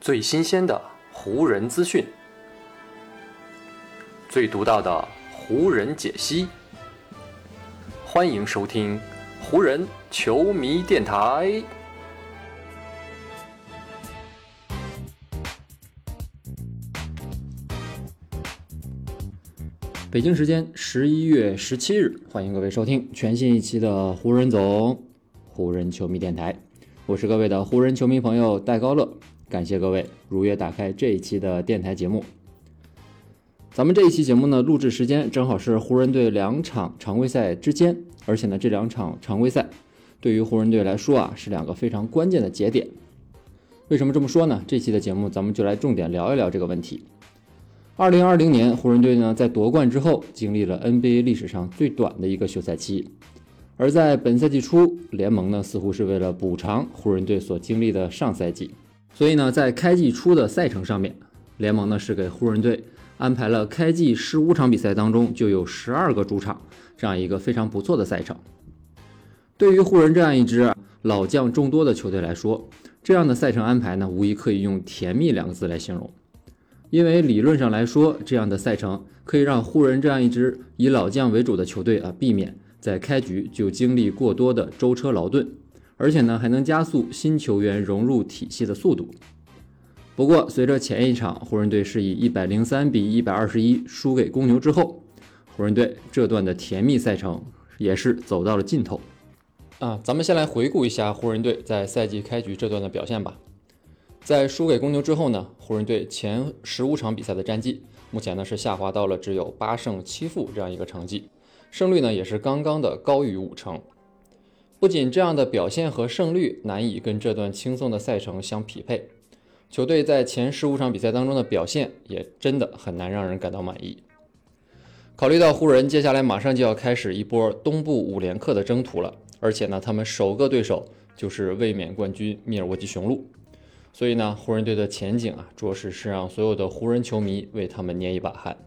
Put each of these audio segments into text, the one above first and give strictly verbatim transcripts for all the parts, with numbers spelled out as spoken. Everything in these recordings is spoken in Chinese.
最新鲜的湖人资讯，最独到的湖人解析。欢迎收听湖人球迷电台。 北京时间十一月十七日，欢迎各位收听全新一期的湖人总湖人球迷电台。我是各位的湖人球迷朋友戴高乐，感谢各位如约打开这一期的电台节目。咱们这一期节目呢，录制时间正好是湖人队两场常规赛之间，而且呢，这两场常规赛对于湖人队来说啊，是两个非常关键的节点。为什么这么说呢？这期的节目咱们就来重点聊一聊这个问题。二零二零年湖人队呢在夺冠之后经历了 N B A 历史上最短的一个休赛期，而在本赛季初，联盟呢似乎是为了补偿湖人队所经历的上赛季，所以呢在开季初的赛程上面，联盟呢是给湖人队安排了开季十五场比赛当中就有十二个主场，这样一个非常不错的赛程。对于湖人这样一支老将众多的球队来说，这样的赛程安排呢无疑可以用甜蜜两个字来形容。因为理论上来说，这样的赛程可以让湖人这样一支以老将为主的球队啊，避免在开局就经历过多的舟车劳顿，而且呢还能加速新球员融入体系的速度。不过随着前一场湖人队是以一百零三比一百二十一输给公牛之后，湖人队这段的甜蜜赛程也是走到了尽头啊。咱们先来回顾一下湖人队在赛季开局这段的表现吧。在输给公牛之后呢，湖人队前十五场比赛的战绩目前呢是下滑到了只有八胜七负这样一个成绩，胜率呢也是刚刚的高于五成。不仅这样的表现和胜率难以跟这段轻松的赛程相匹配，球队在前十五场比赛当中的表现也真的很难让人感到满意。考虑到湖人接下来马上就要开始一波东部五连客的征途了，而且呢他们首个对手就是卫冕冠军密尔沃基雄鹿，所以呢，湖人队的前景啊，着实是让所有的湖人球迷为他们捏一把汗。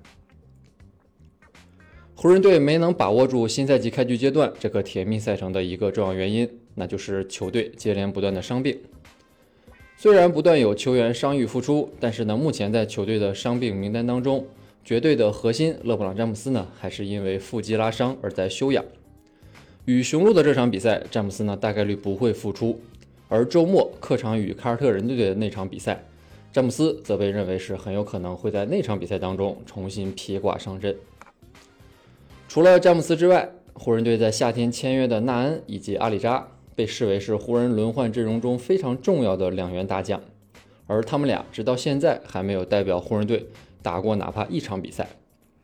湖人队没能把握住新赛季开局阶段这个甜蜜赛程的一个重要原因，那就是球队接连不断的伤病。虽然不断有球员伤愈复出，但是呢，目前在球队的伤病名单当中，绝对的核心勒布朗詹姆斯呢，还是因为腹肌拉伤而在休养。与雄鹿的这场比赛，詹姆斯呢大概率不会复出。而周末客场与凯尔特人队的那场比赛，詹姆斯则被认为是很有可能会在那场比赛当中重新披挂上阵。除了詹姆斯之外，湖人队在夏天签约的纳恩以及阿里扎被视为是湖人轮换阵容中非常重要的两员大将，而他们俩直到现在还没有代表湖人队打过哪怕一场比赛。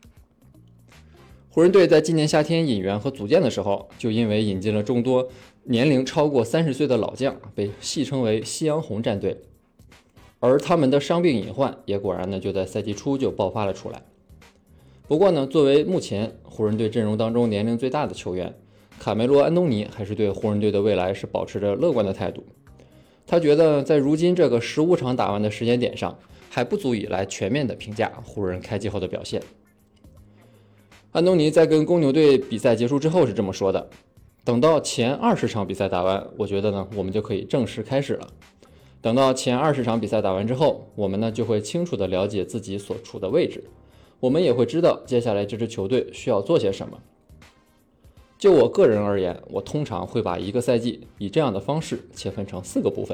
湖人队在今年夏天引援和组建的时候，就因为引进了众多年龄超过三十岁的老将，被戏称为夕阳红战队，而他们的伤病隐患也果然呢就在赛季初就爆发了出来。不过呢，作为目前湖人队阵容当中年龄最大的球员，卡梅罗·安东尼还是对湖人队的未来是保持着乐观的态度。他觉得在如今这个十五场打完的时间点上，还不足以来全面的评价湖人开季后的表现。安东尼在跟公牛队比赛结束之后是这么说的：等到前二十场比赛打完，我觉得呢，我们就可以正式开始了。等到前二十场比赛打完之后，我们呢就会清楚地了解自己所处的位置，我们也会知道接下来这支球队需要做些什么。就我个人而言，我通常会把一个赛季以这样的方式切分成四个部分。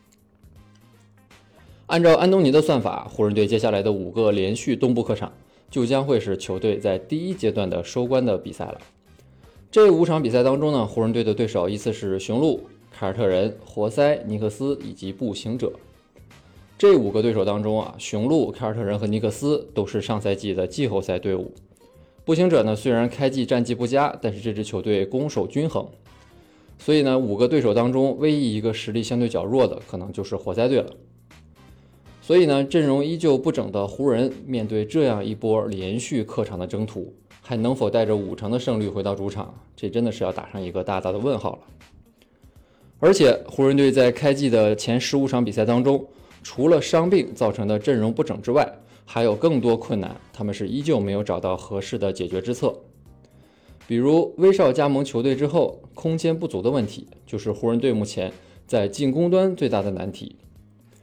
按照安东尼的算法，湖人队接下来的五个连续东部客场就将会是球队在第一阶段的收官的比赛了。这五场比赛当中呢，湖人队的对手依次是雄鹿、凯尔特人、活塞、尼克斯以及步行者。这五个对手当中啊，雄鹿、凯尔特人和尼克斯都是上赛季的季后赛队伍。步行者呢，虽然开季战绩不佳，但是这支球队攻守均衡。所以呢，五个对手当中唯一一个实力相对较弱的，可能就是活塞队了。所以呢，阵容依旧不整的湖人面对这样一波连续客场的征途，还能否带着五成的胜率回到主场，这真的是要打上一个大大的问号了。而且湖人队在开季的前十五场比赛当中，除了伤病造成的阵容不整之外，还有更多困难，他们是依旧没有找到合适的解决之策。比如威少加盟球队之后空间不足的问题，就是湖人队目前在进攻端最大的难题。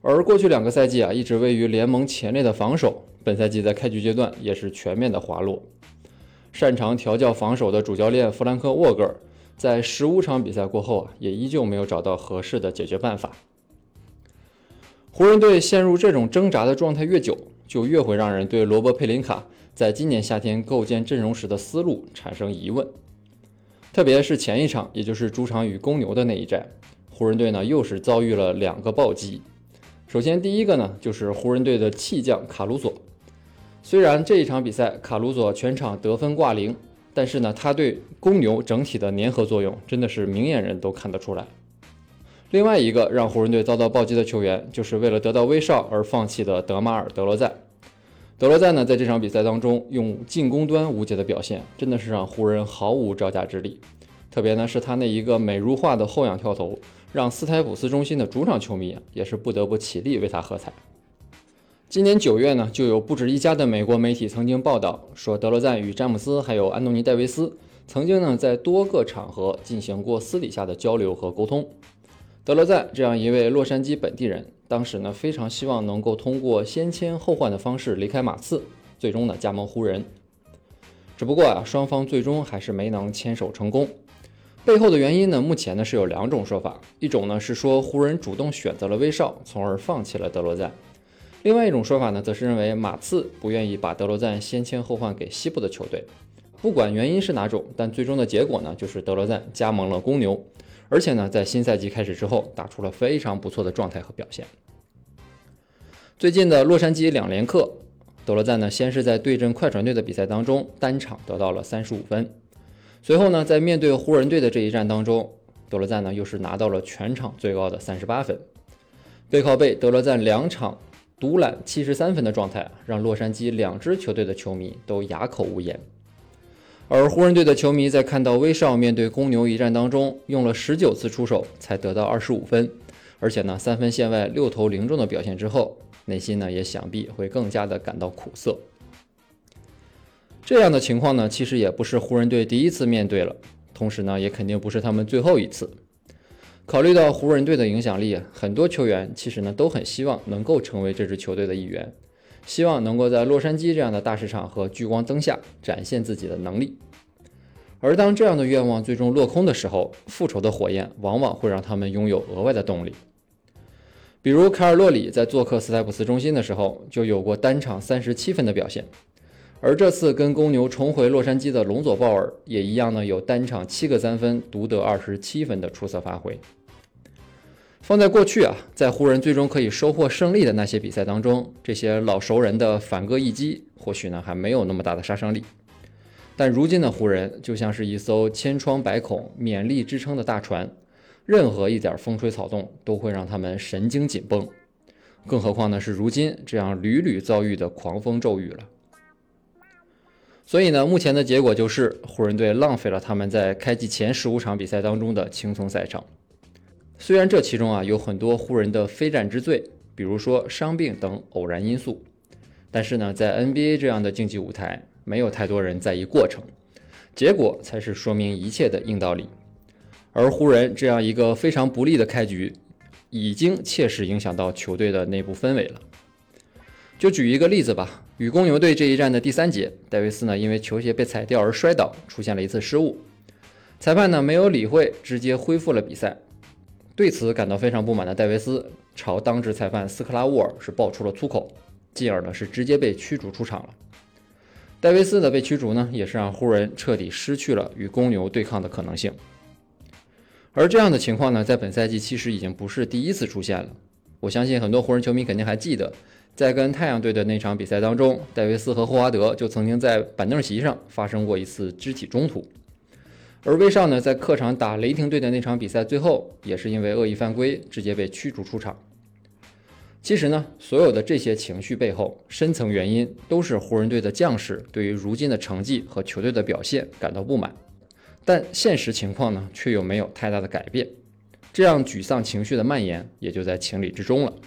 而过去两个赛季啊，一直位于联盟前列的防守，本赛季在开局阶段也是全面的滑落。擅长调教防守的主教练弗兰克·沃格尔在十五场比赛过后啊，也依旧没有找到合适的解决办法。湖人队陷入这种挣扎的状态越久，就越会让人对罗伯·佩林卡在今年夏天构建阵容时的思路产生疑问。特别是前一场，也就是主场与公牛的那一战，湖人队呢又是遭遇了两个暴击。首先第一个呢，就是湖人队的弃将卡鲁索。虽然这一场比赛卡鲁索全场得分挂零，但是呢，他对公牛整体的粘合作用真的是明眼人都看得出来。另外一个让湖人队遭到暴击的球员，就是为了得到威少而放弃的德马尔·德罗赞。德罗赞呢，在这场比赛当中用进攻端无解的表现，真的是让湖人毫无招架之力。特别呢是他那一个美如画的后仰跳投，让斯台普斯中心的主场球迷也是不得不起立为他喝彩。今年九月呢，就有不止一家的美国媒体曾经报道说，德罗赞与詹姆斯还有安东尼·戴维斯曾经呢在多个场合进行过私底下的交流和沟通。德罗赞这样一位洛杉矶本地人，当时呢非常希望能够通过先签后换的方式离开马刺，最终呢加盟湖人。只不过啊，双方最终还是没能牵手成功。背后的原因呢，目前呢是有两种说法，一种呢是说湖人主动选择了威少，从而放弃了德罗赞；另外一种说法呢，则是认为马刺不愿意把德罗赞先签后换给西部的球队。不管原因是哪种，但最终的结果呢，就是德罗赞加盟了公牛，而且呢，在新赛季开始之后，打出了非常不错的状态和表现。最近的洛杉矶两连客，德罗赞呢先是在对阵快船队的比赛当中单场得到了三十五分。随后呢，在面对湖人队的这一战当中，德罗赞呢又是拿到了全场最高的三十八分。背靠背，德罗赞两场独揽七十三分的状态，让洛杉矶两支球队的球迷都哑口无言。而湖人队的球迷在看到威少面对公牛一战当中用了十九次出手才得到二十五分，而且呢三分线外六投零中的表现之后，内心呢也想必会更加的感到苦涩。这样的情况呢，其实也不是湖人队第一次面对了，同时呢，也肯定不是他们最后一次。考虑到湖人队的影响力，很多球员其实呢都很希望能够成为这支球队的一员，希望能够在洛杉矶这样的大市场和聚光灯下展现自己的能力。而当这样的愿望最终落空的时候，复仇的火焰往往会让他们拥有额外的动力。比如卡尔洛里在做客斯台普斯中心的时候，就有过单场三十七分的表现。而这次跟公牛重回洛杉矶的隆佐鲍尔也一样呢，有单场七个三分，独得二十七分的出色发挥。放在过去啊，在湖人最终可以收获胜利的那些比赛当中，这些老熟人的反戈一击，或许呢还没有那么大的杀伤力。但如今的湖人就像是一艘千疮百孔、勉力支撑的大船，任何一点风吹草动都会让他们神经紧绷。更何况呢是如今这样屡屡遭遇的狂风骤雨了。所以呢，目前的结果就是湖人队浪费了他们在开季前十五场比赛当中的轻松赛程。虽然这其中啊有很多湖人的非战之罪，比如说伤病等偶然因素，但是呢，在 N B A 这样的竞技舞台，没有太多人在意过程，结果才是说明一切的硬道理。而湖人这样一个非常不利的开局，已经切实影响到球队的内部氛围了。就举一个例子吧，与公牛队这一战的第三节，戴维斯呢因为球鞋被踩掉而摔倒，出现了一次失误。裁判呢没有理会，直接恢复了比赛。对此感到非常不满的戴维斯朝当值裁判斯克拉沃尔是爆出了粗口，进而呢是直接被驱逐出场了。戴维斯的被驱逐呢，也是让湖人彻底失去了与公牛对抗的可能性。而这样的情况呢，在本赛季其实已经不是第一次出现了。我相信很多湖人球迷肯定还记得，在跟太阳队的那场比赛当中，戴维斯和霍华德就曾经在板凳席上发生过一次肢体冲突。而威少呢，在客场打雷霆队的那场比赛，最后也是因为恶意犯规直接被驱逐出场。其实呢，所有的这些情绪背后，深层原因都是湖人队的将士对于如今的成绩和球队的表现感到不满，但现实情况呢，却又没有太大的改变，这样沮丧情绪的蔓延也就在情理之中了。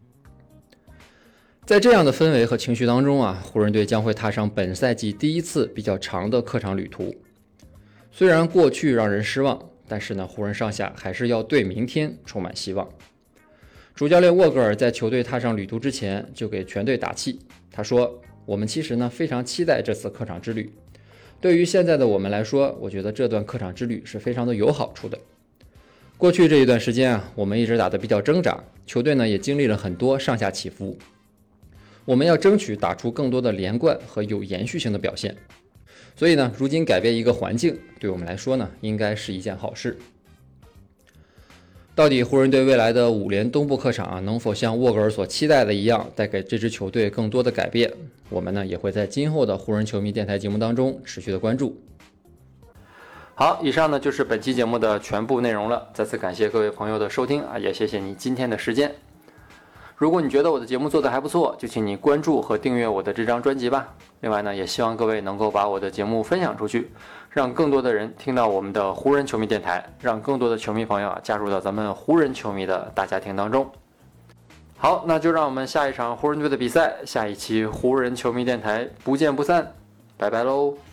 在这样的氛围和情绪当中啊，湖人队将会踏上本赛季第一次比较长的客场旅途。虽然过去让人失望，但是呢，湖人上下还是要对明天充满希望。 主教练沃格尔在球队踏上旅途之前就给全队打气，他说：“我们其实呢非常期待这次客场之旅。对于现在的我们来说，我觉得这段客场之旅是非常的有好处的。过去这一段时间啊，我们一直打得比较挣扎，球队呢也经历了很多上下起伏。我们要争取打出更多的连贯和有延续性的表现。所以呢，如今改变一个环境，对我们来说呢，应该是一件好事。”到底湖人队未来的五连东部客场啊，能否像沃格尔所期待的一样，带给这支球队更多的改变？我们呢也会在今后的湖人球迷电台节目当中持续的关注。 好，以上呢就是本期节目的全部内容了。再次感谢各位朋友的收听啊，也谢谢你今天的时间。如果你觉得我的节目做得还不错，就请你关注和订阅我的这张专辑吧。另外呢，也希望各位能够把我的节目分享出去，让更多的人听到我们的湖人球迷电台，让更多的球迷朋友啊加入到咱们湖人球迷的大家庭当中。好，那就让我们下一场湖人队的比赛，下一期湖人球迷电台不见不散，拜拜喽。